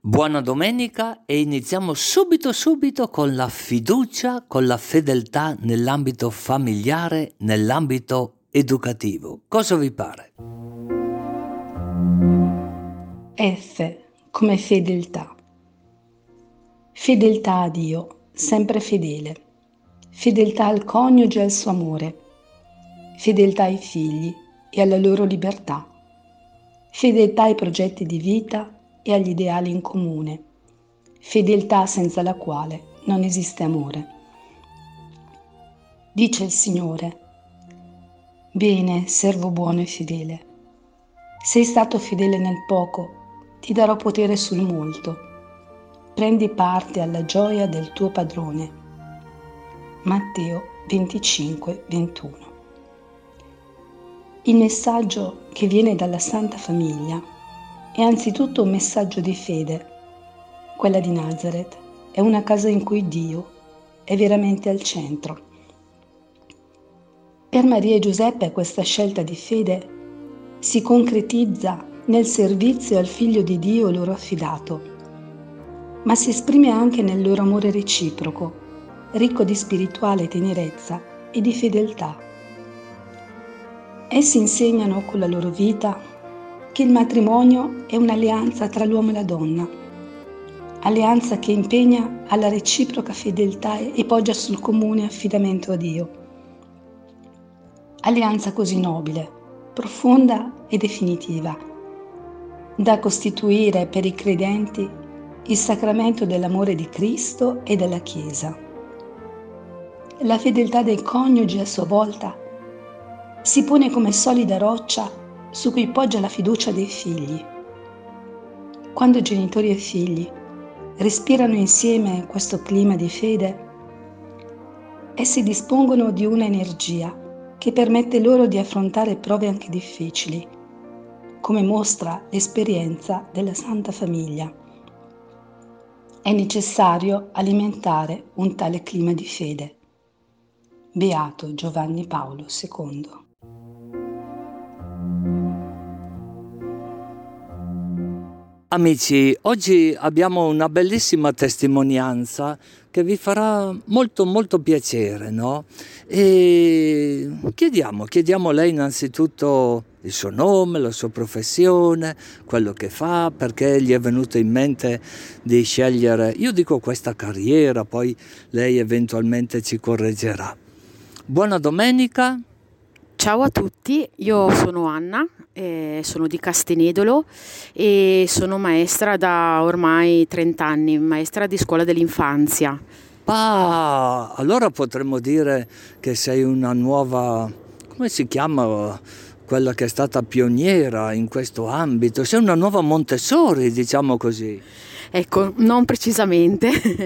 Buona domenica e iniziamo subito con la fiducia, con la fedeltà nell'ambito familiare, nell'ambito educativo. Cosa vi pare? F come fedeltà. Fedeltà a Dio, sempre fedele. Fedeltà al coniuge e al suo amore. Fedeltà ai figli e alla loro libertà. Fedeltà ai progetti di vita e agli ideali in comune. Fedeltà senza la quale non esiste amore. Dice il Signore: bene, servo buono e fedele. Sei stato fedele nel poco, ti darò potere sul molto. Prendi parte alla gioia del tuo padrone. Matteo 25:21. Il messaggio che viene dalla Santa Famiglia è anzitutto un messaggio di fede. Quella di Nazareth è una casa in cui Dio è veramente al centro. Per Maria e Giuseppe questa scelta di fede si concretizza nel servizio al Figlio di Dio loro affidato, ma si esprime anche nel loro amore reciproco, ricco di spirituale tenerezza e di fedeltà. Essi insegnano con la loro vita che il matrimonio è un'alleanza tra l'uomo e la donna, alleanza che impegna alla reciproca fedeltà e poggia sul comune affidamento a Dio. Alleanza così nobile, profonda e definitiva, da costituire per i credenti il sacramento dell'amore di Cristo e della Chiesa. La fedeltà dei coniugi a sua volta si pone come solida roccia su cui poggia la fiducia dei figli. Quando genitori e figli respirano insieme questo clima di fede, essi dispongono di una energia che permette loro di affrontare prove anche difficili, come mostra l'esperienza della Santa Famiglia. È necessario alimentare un tale clima di fede. Beato Giovanni Paolo II. Amici, oggi abbiamo una bellissima testimonianza che vi farà molto piacere, no? E chiediamo a lei innanzitutto il suo nome, la sua professione, quello che fa, perché gli è venuto in mente di scegliere, io dico questa carriera, poi lei eventualmente ci correggerà. Buona domenica. Ciao a tutti, io sono Anna, sono di Castenedolo e sono maestra da ormai 30 anni, maestra di scuola dell'infanzia. Allora potremmo dire che sei una nuova, come si chiama, quella che è stata pioniera in questo ambito, sei una nuova Montessori, diciamo così. Ecco, non precisamente,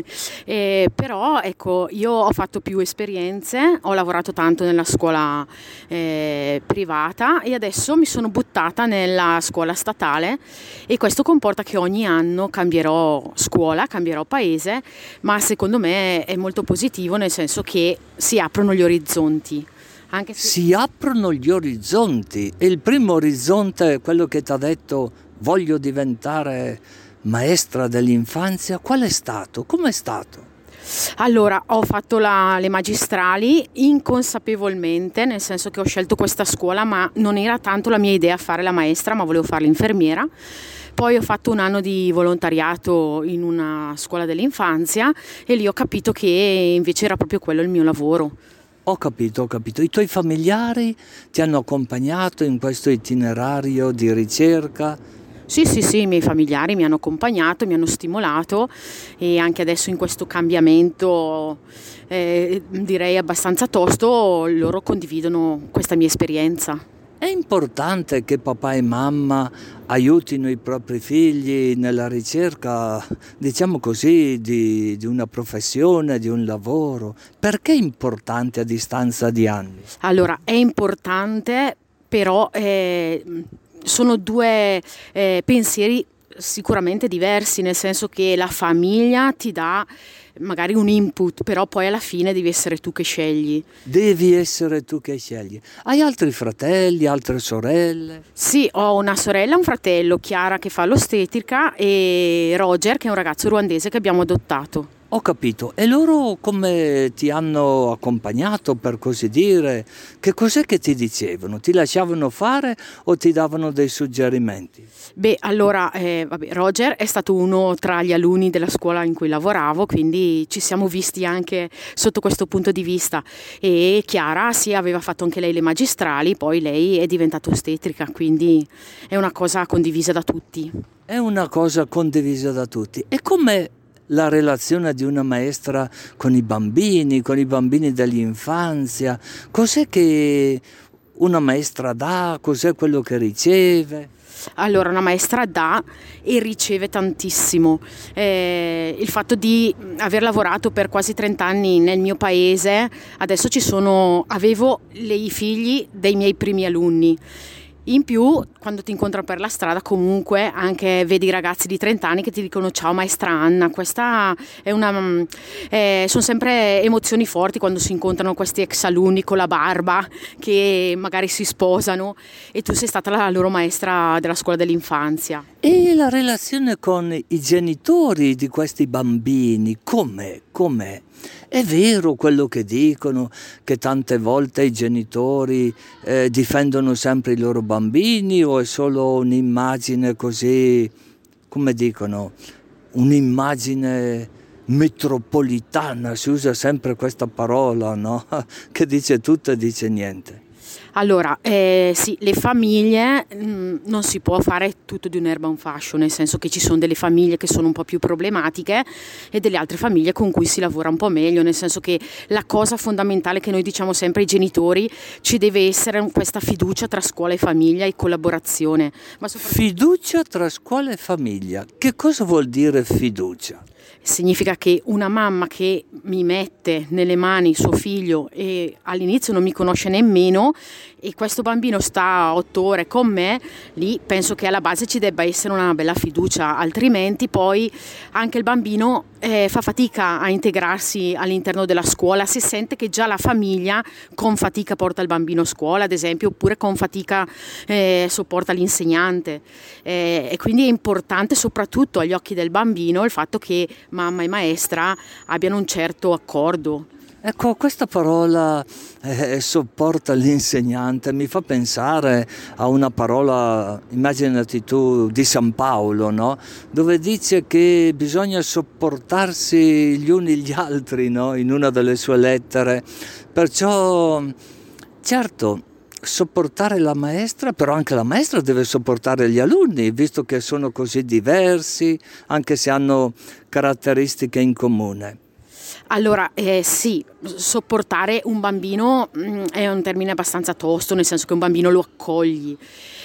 però ecco, io ho fatto più esperienze, ho lavorato tanto nella scuola privata e adesso mi sono buttata nella scuola statale e questo comporta che ogni anno cambierò scuola, cambierò paese, ma secondo me è molto positivo nel senso che si aprono gli orizzonti. Si aprono gli orizzonti e il primo orizzonte è quello che ti ha detto voglio diventare maestra dell'infanzia, qual è stato? Com'è stato? Allora, ho fatto le magistrali inconsapevolmente, nel senso che ho scelto questa scuola, ma non era tanto la mia idea fare la maestra, ma volevo fare l'infermiera. Poi ho fatto un anno di volontariato in una scuola dell'infanzia e lì ho capito che invece era proprio quello il mio lavoro. Ho capito. I tuoi familiari ti hanno accompagnato in questo itinerario di ricerca? Sì, i miei familiari mi hanno accompagnato, mi hanno stimolato e anche adesso in questo cambiamento direi abbastanza tosto, loro condividono questa mia esperienza. È importante che papà e mamma aiutino i propri figli nella ricerca, diciamo così, di una professione, di un lavoro. Perché è importante a distanza di anni? Allora, è importante, però sono due pensieri sicuramente diversi, nel senso che la famiglia ti dà magari un input, però poi alla fine devi essere tu che scegli. Devi essere tu che scegli. Hai altri fratelli, altre sorelle? Sì, ho una sorella e un fratello, Chiara che fa l'ostetrica e Roger che è un ragazzo ruandese che abbiamo adottato. Ho capito. E loro come ti hanno accompagnato, per così dire? Che cos'è che ti dicevano? Ti lasciavano fare o ti davano dei suggerimenti? Beh, allora, Roger è stato uno tra gli alunni della scuola in cui lavoravo, quindi ci siamo visti anche sotto questo punto di vista. E Chiara, sì, aveva fatto anche lei le magistrali, poi lei è diventata ostetrica, quindi è una cosa condivisa da tutti. È una cosa condivisa da tutti. E com'è la relazione di una maestra con i bambini dell'infanzia? Cos'è che una maestra dà? Cos'è quello che riceve? Allora, una maestra dà e riceve tantissimo. Il fatto di aver lavorato per quasi 30 anni nel mio paese, adesso avevo i figli dei miei primi alunni. In più, quando ti incontrano per la strada, comunque anche vedi ragazzi di 30 anni che ti dicono ciao maestra Anna. Questa è sono sempre emozioni forti quando si incontrano questi ex alunni con la barba che magari si sposano e tu sei stata la loro maestra della scuola dell'infanzia. E la relazione con i genitori di questi bambini, com'è? È vero quello che dicono, che tante volte i genitori difendono sempre i loro bambini, o è solo un'immagine così, come dicono, un'immagine metropolitana, si usa sempre questa parola, no? Che dice tutto e dice niente. Allora, sì, le famiglie non si può fare tutto di un'erba un fascio, nel senso che ci sono delle famiglie che sono un po' più problematiche e delle altre famiglie con cui si lavora un po' meglio, nel senso che la cosa fondamentale che noi diciamo sempre ai genitori, ci deve essere questa fiducia tra scuola e famiglia e collaborazione. Fiducia tra scuola e famiglia, che cosa vuol dire fiducia? Significa che una mamma che mi mette nelle mani suo figlio e all'inizio non mi conosce nemmeno e questo bambino sta 8 ore con me, lì penso che alla base ci debba essere una bella fiducia, altrimenti poi anche il bambino fa fatica a integrarsi all'interno della scuola, si sente che già la famiglia con fatica porta il bambino a scuola, ad esempio, oppure con fatica sopporta l'insegnante. E quindi è importante soprattutto agli occhi del bambino il fatto che mamma e maestra abbiano un certo accordo. Ecco, questa parola sopporta l'insegnante mi fa pensare a una parola, immaginati tu, di San Paolo, no? Dove dice che bisogna sopportarsi gli uni gli altri, no? In una delle sue lettere. Perciò, certo, sopportare la maestra, però anche la maestra deve sopportare gli alunni, visto che sono così diversi, anche se hanno caratteristiche in comune. Allora, sì, sopportare un bambino è un termine abbastanza tosto, nel senso che un bambino lo accogli.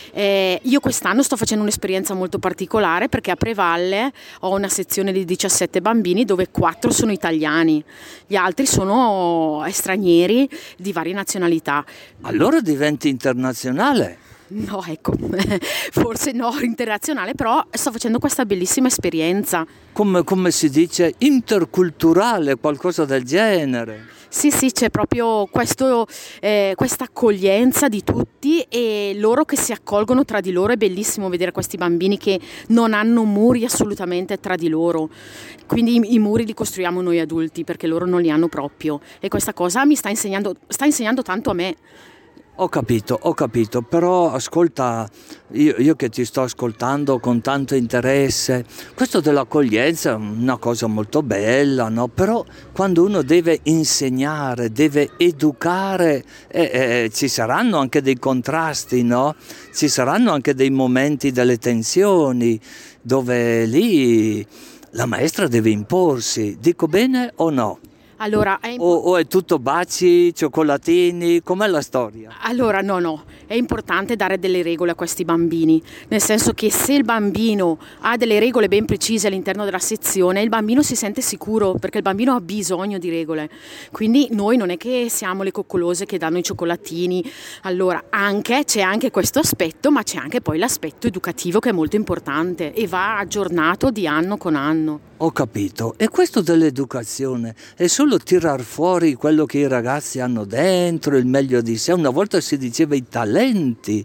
Io quest'anno sto facendo un'esperienza molto particolare perché a Prevalle ho una sezione di 17 bambini dove 4 sono italiani, gli altri sono stranieri di varie nazionalità. Allora diventi internazionale? No, ecco, forse no, internazionale, però sto facendo questa bellissima esperienza. Come si dice, interculturale, qualcosa del genere. Sì, c'è proprio questa accoglienza di tutti e loro che si accolgono tra di loro. È bellissimo vedere questi bambini che non hanno muri assolutamente tra di loro. Quindi i muri li costruiamo noi adulti perché loro non li hanno proprio. E questa cosa mi sta insegnando tanto a me. Ho capito, però ascolta, io che ti sto ascoltando con tanto interesse, questo dell'accoglienza è una cosa molto bella, no? Però quando uno deve insegnare, deve educare, ci saranno anche dei contrasti, no? Ci saranno anche dei momenti, delle tensioni, dove lì la maestra deve imporsi, dico bene o no? Allora, o è tutto baci, cioccolatini, com'è la storia? Allora, no, è importante dare delle regole a questi bambini, nel senso che se il bambino ha delle regole ben precise all'interno della sezione, il bambino si sente sicuro, perché il bambino ha bisogno di regole. Quindi noi non è che siamo le coccolose che danno i cioccolatini. Allora c'è anche questo aspetto, ma c'è anche poi l'aspetto educativo che è molto importante e va aggiornato di anno con anno. Ho capito. E questo dell'educazione è solo tirar fuori quello che i ragazzi hanno dentro, il meglio di sé. Una volta si diceva i talenti,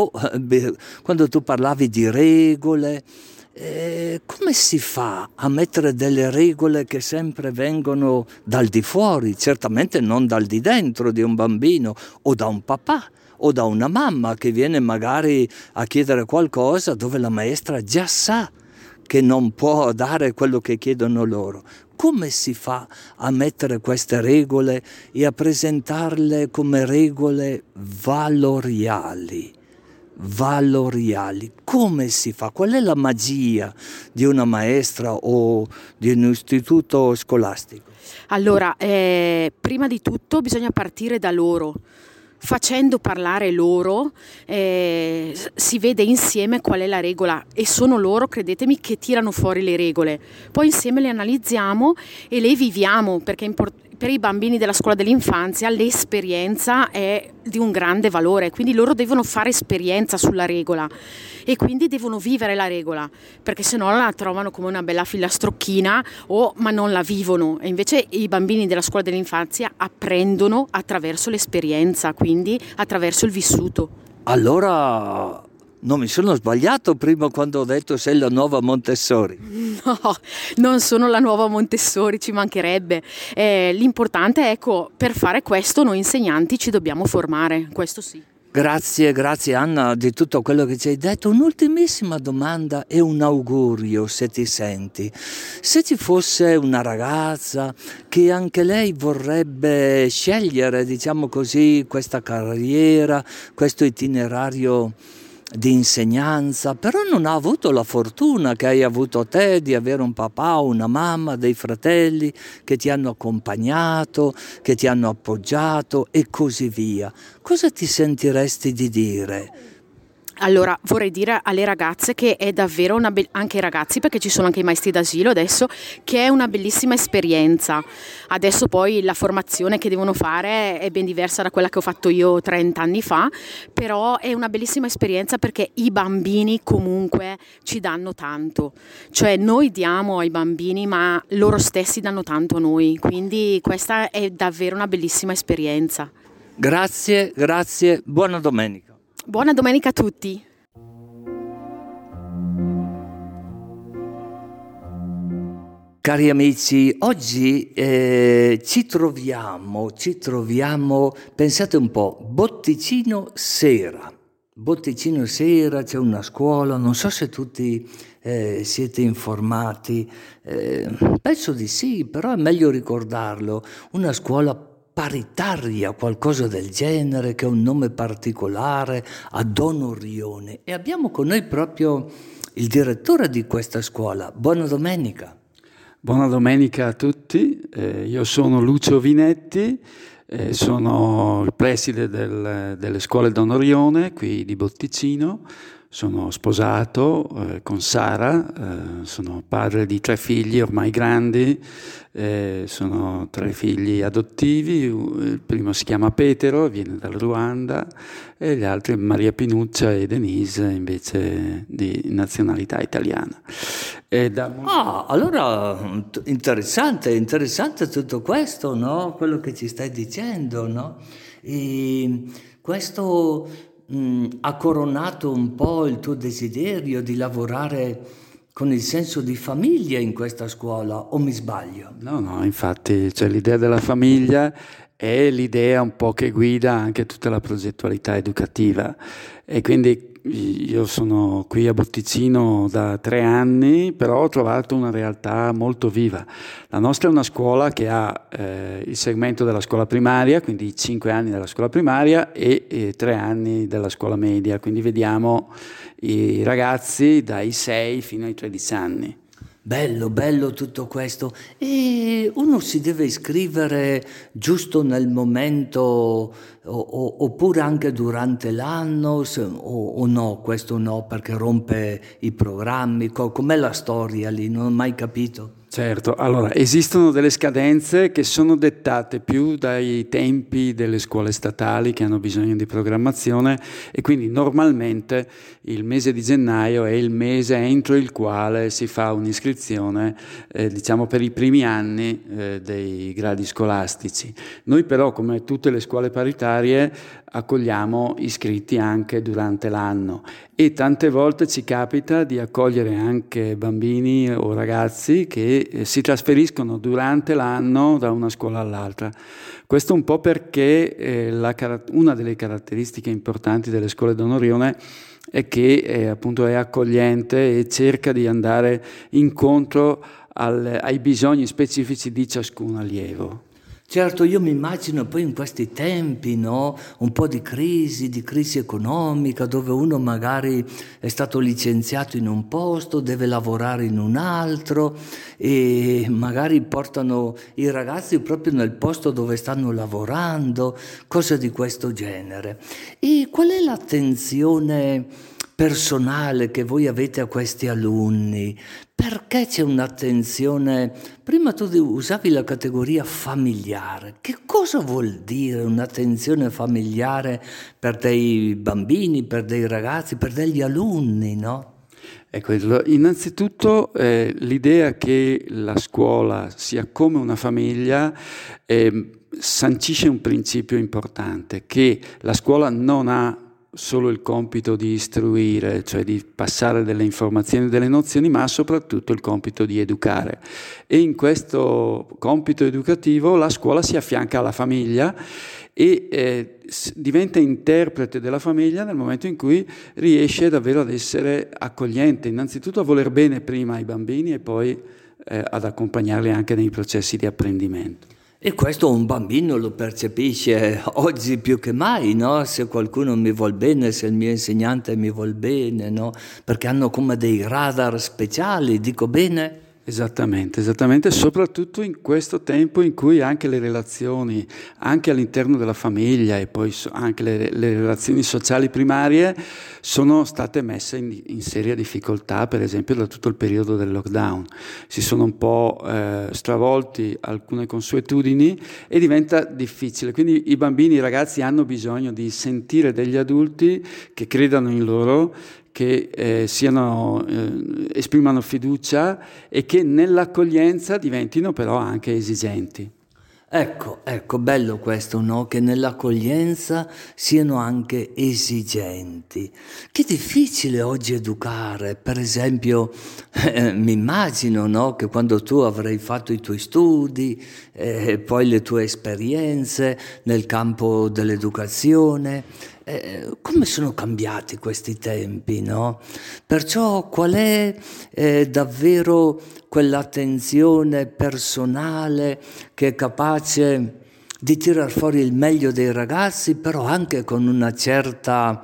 quando tu parlavi di regole, come si fa a mettere delle regole che sempre vengono dal di fuori, certamente non dal di dentro di un bambino o da un papà o da una mamma che viene magari a chiedere qualcosa dove la maestra già sa che non può dare quello che chiedono loro. Come si fa a mettere queste regole e a presentarle come regole valoriali? Valoriali. Come si fa? Qual è la magia di una maestra o di un istituto scolastico? Allora, prima di tutto bisogna partire da loro. Facendo parlare loro si vede insieme qual è la regola e sono loro, credetemi, che tirano fuori le regole. Poi insieme le analizziamo e le viviamo, perché per i bambini della scuola dell'infanzia l'esperienza è di un grande valore, quindi loro devono fare esperienza sulla regola e quindi devono vivere la regola, perché se no la trovano come una bella filastrocchina ma non la vivono. E invece i bambini della scuola dell'infanzia apprendono attraverso l'esperienza, quindi attraverso il vissuto. Allora non mi sono sbagliato prima quando ho detto sei la nuova Montessori. No, non sono la nuova Montessori, ci mancherebbe. L'importante è, per fare questo noi insegnanti ci dobbiamo formare, questo sì. Grazie Anna di tutto quello che ci hai detto. Un'ultimissima domanda e un augurio, se ti senti. Se ci fosse una ragazza che anche lei vorrebbe scegliere, diciamo così, questa carriera, questo itinerario di insegnanza, però non ha avuto la fortuna che hai avuto te di avere un papà, una mamma, dei fratelli che ti hanno accompagnato, che ti hanno appoggiato e così via. Cosa ti sentiresti di dire? Allora, vorrei dire alle ragazze che è davvero anche ai ragazzi, perché ci sono anche i maestri d'asilo adesso, che è una bellissima esperienza. Adesso poi la formazione che devono fare è ben diversa da quella che ho fatto io 30 anni fa, però è una bellissima esperienza perché i bambini comunque ci danno tanto. Cioè noi diamo ai bambini, ma loro stessi danno tanto a noi, quindi questa è davvero una bellissima esperienza. Grazie, buona domenica. Buona domenica a tutti. Cari amici, oggi ci troviamo, pensate un po', Botticino Sera. Botticino Sera, c'è una scuola, non so se tutti siete informati, penso di sì, però è meglio ricordarlo, una scuola paritaria, qualcosa del genere, che ha un nome particolare, a Donorione. E abbiamo con noi proprio il direttore di questa scuola. Buona domenica. Buona domenica a tutti, io sono Lucio Vinetti, sono il preside delle scuole Donorione qui di Botticino. Sono sposato con Sara, sono padre di 3 figli ormai grandi, sono 3 figli adottivi, il primo si chiama Petero, viene dal Ruanda, e gli altri Maria Pinuccia e Denise invece di nazionalità italiana. Allora interessante tutto questo, no? Quello che ci stai dicendo, no? E questo ha coronato un po' il tuo desiderio di lavorare con il senso di famiglia in questa scuola, o mi sbaglio? No, infatti c'è l'idea della famiglia è l'idea un po' che guida anche tutta la progettualità educativa, e quindi io sono qui a Botticino da 3 anni, però ho trovato una realtà molto viva. La nostra è una scuola che ha il segmento della scuola primaria, quindi 5 anni della scuola primaria e 3 anni della scuola media, quindi vediamo i ragazzi dai 6 fino ai 13 anni. Bello, bello tutto questo. E uno si deve iscrivere giusto nel momento oppure anche durante l'anno o no, questo no, perché rompe i programmi. Com'è la storia lì? Non ho mai capito. Certo, allora esistono delle scadenze che sono dettate più dai tempi delle scuole statali che hanno bisogno di programmazione e quindi normalmente il mese di gennaio è il mese entro il quale si fa un'iscrizione, diciamo per i primi anni dei gradi scolastici. Noi però, come tutte le scuole paritarie, accogliamo iscritti anche durante l'anno e tante volte ci capita di accogliere anche bambini o ragazzi che si trasferiscono durante l'anno da una scuola all'altra. Questo un po' perché una delle caratteristiche importanti delle scuole d'Onorione è che appunto è accogliente e cerca di andare incontro ai bisogni specifici di ciascun allievo. Certo, io mi immagino poi in questi tempi, no? Un po' di crisi economica, dove uno magari è stato licenziato in un posto, deve lavorare in un altro e magari portano i ragazzi proprio nel posto dove stanno lavorando, cose di questo genere. E qual è l'attenzione personale che voi avete a questi alunni? Perché c'è un'attenzione? Prima tu usavi la categoria familiare. Che cosa vuol dire un'attenzione familiare per dei bambini, per dei ragazzi, per degli alunni, no? Ecco, innanzitutto l'idea che la scuola sia come una famiglia sancisce un principio importante, che la scuola non ha solo il compito di istruire, cioè di passare delle informazioni, delle nozioni, ma soprattutto il compito di educare. E in questo compito educativo la scuola si affianca alla famiglia e diventa interprete della famiglia nel momento in cui riesce davvero ad essere accogliente, innanzitutto a voler bene prima ai bambini e poi ad accompagnarli anche nei processi di apprendimento. E questo un bambino lo percepisce oggi più che mai, no? Se qualcuno mi vuol bene, se il mio insegnante mi vuol bene, no? Perché hanno come dei radar speciali, dico bene? Esattamente, soprattutto in questo tempo in cui anche le relazioni, anche all'interno della famiglia e poi anche le relazioni sociali primarie sono state messe in seria difficoltà, per esempio da tutto il periodo del lockdown. Si sono un po' stravolti alcune consuetudini e diventa difficile, quindi i bambini e i ragazzi hanno bisogno di sentire degli adulti che credano in loro, che esprimano fiducia e che nell'accoglienza diventino però anche esigenti. Ecco, bello questo, no? Che nell'accoglienza siano anche esigenti. Che difficile oggi educare, per esempio, mi immagino, no? Che quando tu avrai fatto i tuoi studi, poi le tue esperienze nel campo dell'educazione, come sono cambiati questi tempi, no? Perciò qual è davvero quell'attenzione personale che è capace di tirar fuori il meglio dei ragazzi, però anche con una certa,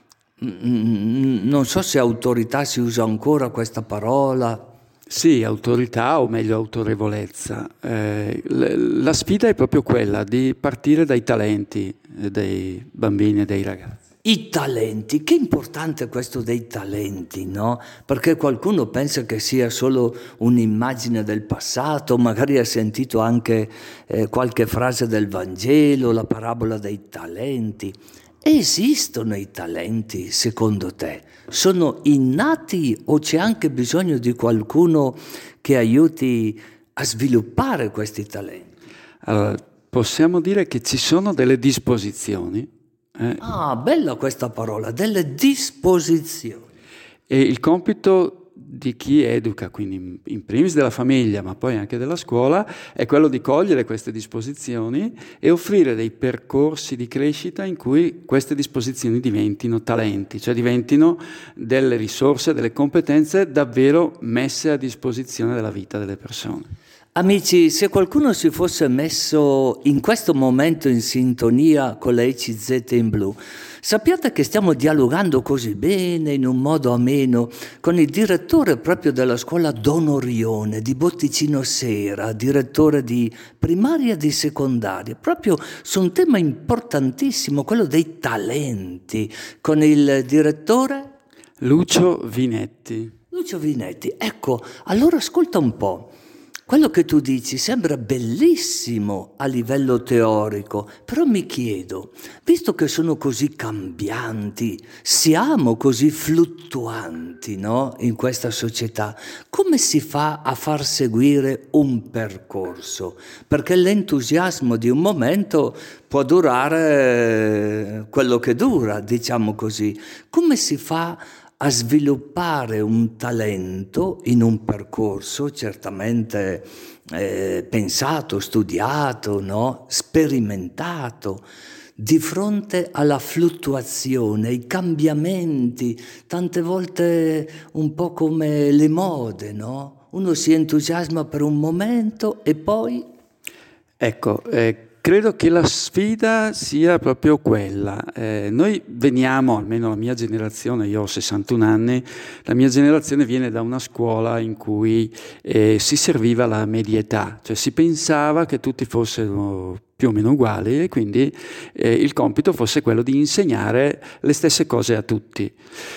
non so se autorità si usa ancora questa parola. Sì, autorità o meglio autorevolezza. La sfida è proprio quella di partire dai talenti dei bambini e dei ragazzi. I talenti, che importante questo dei talenti, no? Perché qualcuno pensa che sia solo un'immagine del passato, magari ha sentito anche qualche frase del Vangelo, la parabola dei talenti. Esistono i talenti, secondo te? Sono innati o c'è anche bisogno di qualcuno che aiuti a sviluppare questi talenti? Allora, possiamo dire che ci sono delle disposizioni. Ah, bella questa parola, delle disposizioni. E il compito di chi educa, quindi in primis della famiglia, ma poi anche della scuola, è quello di cogliere queste disposizioni e offrire dei percorsi di crescita in cui queste disposizioni diventino talenti, cioè diventino delle risorse, delle competenze davvero messe a disposizione della vita delle persone. Amici, se qualcuno si fosse messo in questo momento in sintonia con la ECZ in blu, sappiate che stiamo dialogando così bene, in un modo ameno, con il direttore direttore proprio della scuola Don Orione di Botticino Sera, direttore di primaria e di secondaria, proprio su un tema importantissimo, quello dei talenti, con il direttore Lucio Vinetti. Lucio Vinetti. Ecco, allora ascolta un po'. Quello che tu dici sembra bellissimo a livello teorico, però mi chiedo, visto che sono così cambianti, siamo così fluttuanti, no? In questa società, come si fa a far seguire un percorso? Perché l'entusiasmo di un momento può durare quello che dura, diciamo così. Come si fa a sviluppare un talento in un percorso certamente pensato, studiato, no? Sperimentato, di fronte alla fluttuazione, ai cambiamenti, tante volte un po' come le mode, no? Uno si entusiasma per un momento e poi... Ecco, credo che la sfida sia proprio quella. Noi veniamo, almeno la mia generazione, io ho 61 anni, la mia generazione viene da una scuola in cui si serviva la media età, cioè si pensava che tutti fossero più o meno uguali e quindi il compito fosse quello di insegnare le stesse cose a tutti.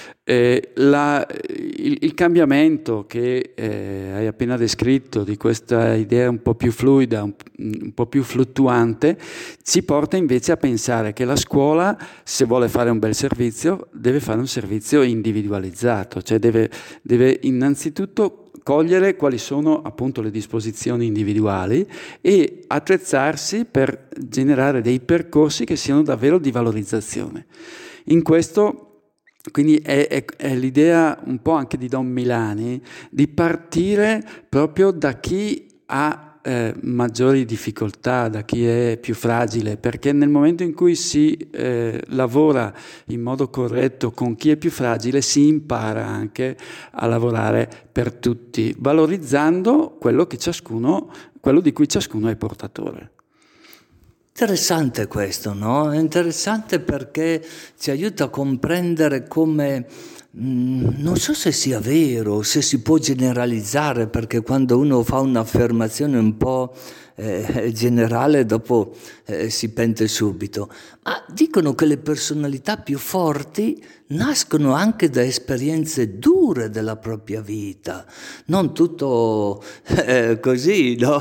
Il cambiamento che hai appena descritto di questa idea un po' più fluida, un po' più fluttuante, ci porta invece a pensare che la scuola, se vuole fare un bel servizio, deve fare un servizio individualizzato, cioè deve innanzitutto cogliere quali sono appunto le disposizioni individuali e attrezzarsi per generare dei percorsi che siano davvero di valorizzazione. In questo quindi è l'idea un po' anche di Don Milani di partire proprio da chi ha maggiori difficoltà, da chi è più fragile, perché nel momento in cui si lavora in modo corretto con chi è più fragile si impara anche a lavorare per tutti, valorizzando quello di cui ciascuno è portatore. Interessante questo, no? È interessante perché ci aiuta a comprendere come, non so se sia vero, se si può generalizzare, perché quando uno fa un'affermazione un po' generale dopo si pente subito, ma dicono che le personalità più forti nascono anche da esperienze dure della propria vita, non tutto così, no?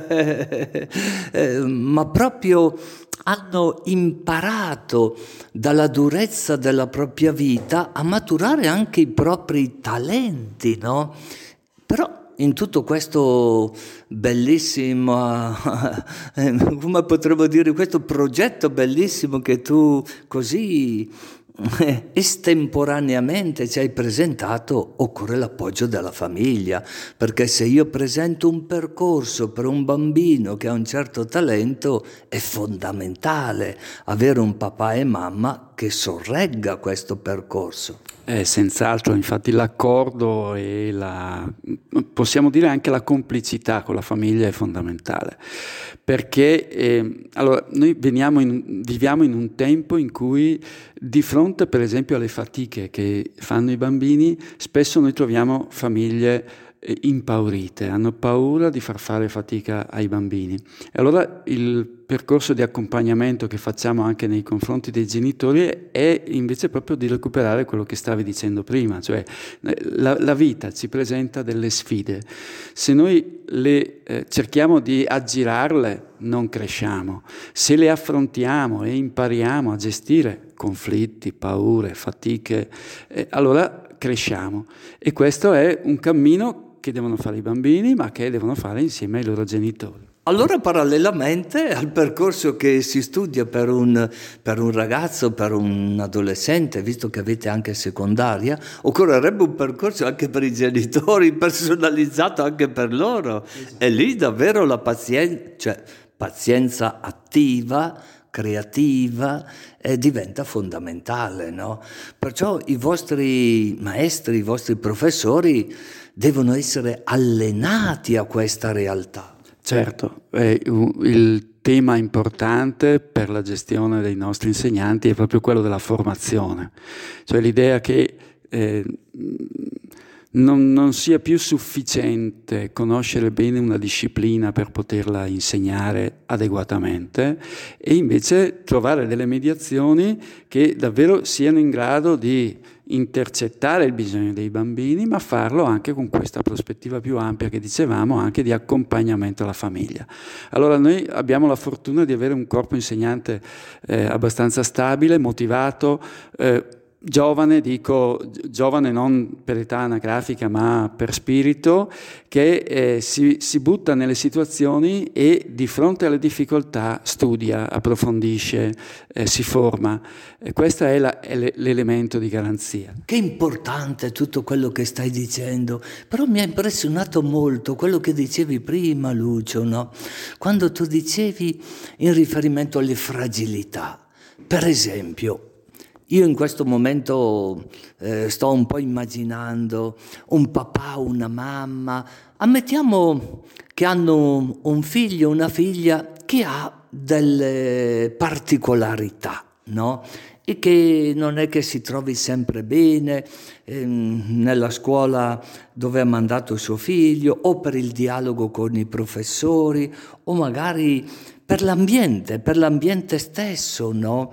Ma proprio hanno imparato dalla durezza della propria vita a maturare anche i propri talenti, no? Però in tutto questo bellissimo, come potremmo dire, questo progetto bellissimo che tu così estemporaneamente ci hai presentato, occorre l'appoggio della famiglia, perché se io presento un percorso per un bambino che ha un certo talento, è fondamentale avere un papà e mamma che sorregga questo percorso. Senz'altro, infatti l'accordo e possiamo dire anche la complicità con la famiglia è fondamentale, perché allora, noi viviamo in un tempo in cui di fronte per esempio alle fatiche che fanno i bambini, spesso noi troviamo famiglie impaurite, hanno paura di far fare fatica ai bambini. E allora il percorso di accompagnamento che facciamo anche nei confronti dei genitori è invece proprio di recuperare quello che stavi dicendo prima, cioè la vita ci presenta delle sfide. Se noi le cerchiamo di aggirarle, non cresciamo. Se le affrontiamo e impariamo a gestire conflitti, paure, fatiche, allora cresciamo. E questo è un cammino che devono fare i bambini, ma che devono fare insieme ai loro genitori. Allora, parallelamente al percorso che si studia per un ragazzo, per un adolescente, visto che avete anche secondaria, occorrerebbe un percorso anche per i genitori, personalizzato anche per loro. E lì davvero la pazienza attiva, creativa, diventa fondamentale, no? Perciò i vostri maestri, i vostri professori devono essere allenati a questa realtà. Certo, il tema importante per la gestione dei nostri insegnanti è proprio quello della formazione, cioè l'idea che non sia più sufficiente conoscere bene una disciplina per poterla insegnare adeguatamente, e invece trovare delle mediazioni che davvero siano in grado di intercettare il bisogno dei bambini, ma farlo anche con questa prospettiva più ampia che dicevamo, anche di accompagnamento alla famiglia. Allora noi abbiamo la fortuna di avere un corpo insegnante abbastanza stabile, motivato, giovane, dico giovane non per età anagrafica ma per spirito, che si butta nelle situazioni e di fronte alle difficoltà studia, approfondisce, si forma. Questo è l'elemento di garanzia. Che importante tutto quello che stai dicendo, però mi ha impressionato molto quello che dicevi prima, Lucio, no? Quando tu dicevi in riferimento alle fragilità. Per esempio, io in questo momento sto un po' immaginando un papà, una mamma, ammettiamo che hanno un figlio, una figlia che ha delle particolarità, no? E che non è che si trovi sempre bene nella scuola dove ha mandato suo figlio, o per il dialogo con i professori, o magari per l'ambiente stesso, no?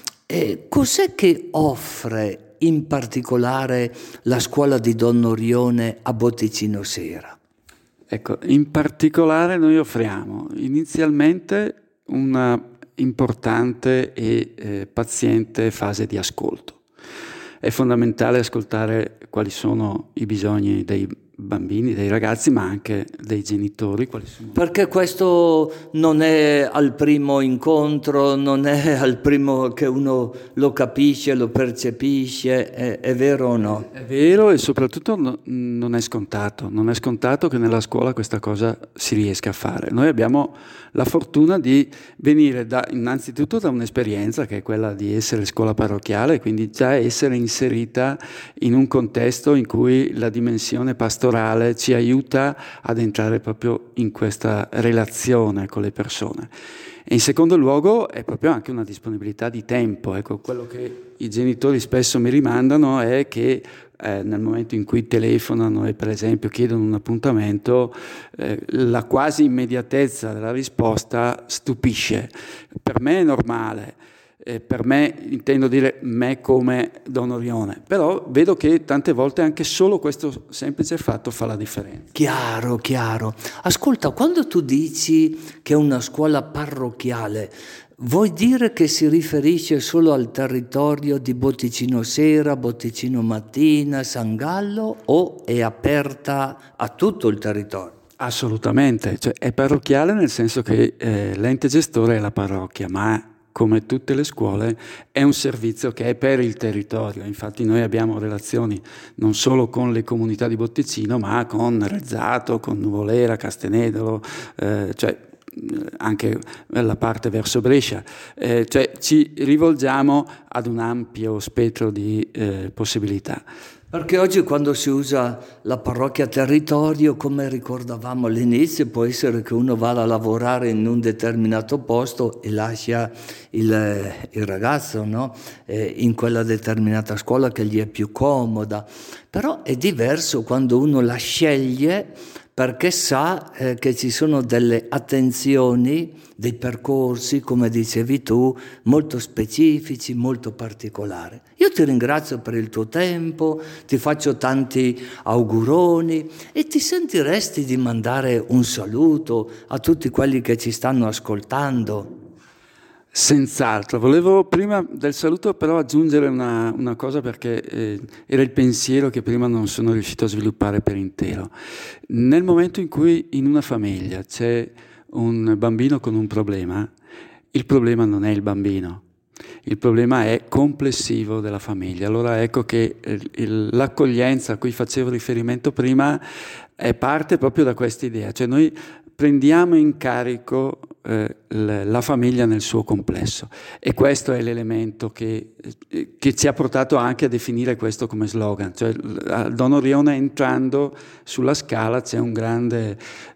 Cos'è che offre in particolare la scuola di Don Orione a Botticino Sera? Ecco, in particolare noi offriamo inizialmente una importante e paziente fase di ascolto. È fondamentale ascoltare quali sono i bisogni dei bambini, dei ragazzi, ma anche dei genitori. Quali sono? Perché questo non è al primo incontro, non è al primo che uno lo capisce, lo percepisce, è vero o no? È vero, e soprattutto non è scontato che nella scuola questa cosa si riesca a fare. Noi abbiamo la fortuna di venire innanzitutto da un'esperienza che è quella di essere scuola parrocchiale, quindi già essere inserita in un contesto in cui la dimensione pastorale ci aiuta ad entrare proprio in questa relazione con le persone. E in secondo luogo è proprio anche una disponibilità di tempo. Ecco, quello che i genitori spesso mi rimandano è che nel momento in cui telefonano e per esempio chiedono un appuntamento, la quasi immediatezza della risposta stupisce. Per me è normale. Per me, intendo dire me come Don Orione, però vedo che tante volte anche solo questo semplice fatto fa la differenza. Chiaro. Ascolta, quando tu dici che è una scuola parrocchiale, vuoi dire che si riferisce solo al territorio di Botticino Sera, Botticino Mattina, San Gallo, o è aperta a tutto il territorio? Assolutamente, cioè è parrocchiale nel senso che l'ente gestore è la parrocchia, ma come tutte le scuole è un servizio che è per il territorio. Infatti noi abbiamo relazioni non solo con le comunità di Botticino, ma con Rezzato, con Nuvolera, Castenedolo, cioè anche la parte verso Brescia, cioè ci rivolgiamo ad un ampio spettro di possibilità. Perché oggi quando si usa la parrocchia territorio, come ricordavamo all'inizio, può essere che uno vada a lavorare in un determinato posto e lascia il ragazzo, no? In quella determinata scuola che gli è più comoda. Però è diverso quando uno la sceglie perché sa che ci sono delle attenzioni, dei percorsi, come dicevi tu, molto specifici, molto particolari. Io ti ringrazio per il tuo tempo, ti faccio tanti auguroni e ti sentiresti di mandare un saluto a tutti quelli che ci stanno ascoltando? Senz'altro. Volevo prima del saluto però aggiungere una cosa, perché era il pensiero che prima non sono riuscito a sviluppare per intero. Nel momento in cui in una famiglia c'è un bambino con un problema, il problema non è il bambino, il problema è complessivo della famiglia. Allora ecco che l'accoglienza a cui facevo riferimento prima è parte proprio da questa idea, cioè noi prendiamo in carico la famiglia nel suo complesso, e questo è l'elemento che ci ha portato anche a definire questo come slogan. Cioè, Don Orione, entrando sulla scala, c'è un grande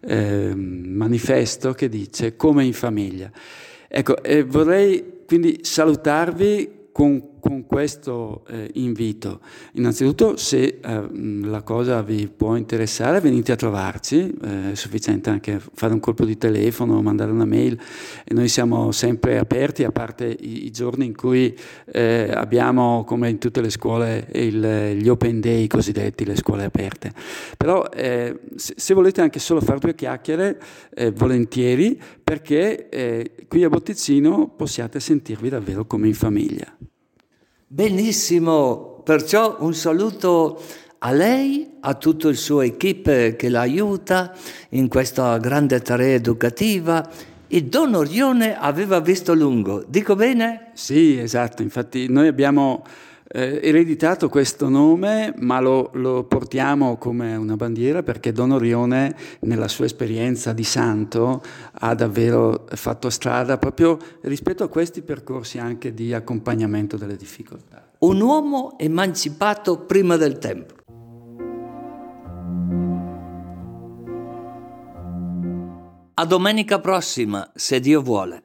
manifesto che dice come in famiglia. Ecco, vorrei quindi salutarvi con con questo invito. Innanzitutto, se la cosa vi può interessare, venite a trovarci, è sufficiente anche fare un colpo di telefono, mandare una mail, e noi siamo sempre aperti, a parte i giorni in cui abbiamo, come in tutte le scuole, gli open day cosiddetti, le scuole aperte. Però se volete anche solo fare due chiacchiere, volentieri, perché qui a Botticino possiate sentirvi davvero come in famiglia. Benissimo, perciò un saluto a lei, a tutto il suo equipe che l'aiuta in questa grande tarea educativa. E Don Orione aveva visto lungo, dico bene? Sì, esatto, infatti noi abbiamo ereditato questo nome, ma lo portiamo come una bandiera, perché Don Orione nella sua esperienza di santo ha davvero fatto strada proprio rispetto a questi percorsi anche di accompagnamento delle difficoltà. Un uomo emancipato prima del tempo. A domenica prossima, se Dio vuole.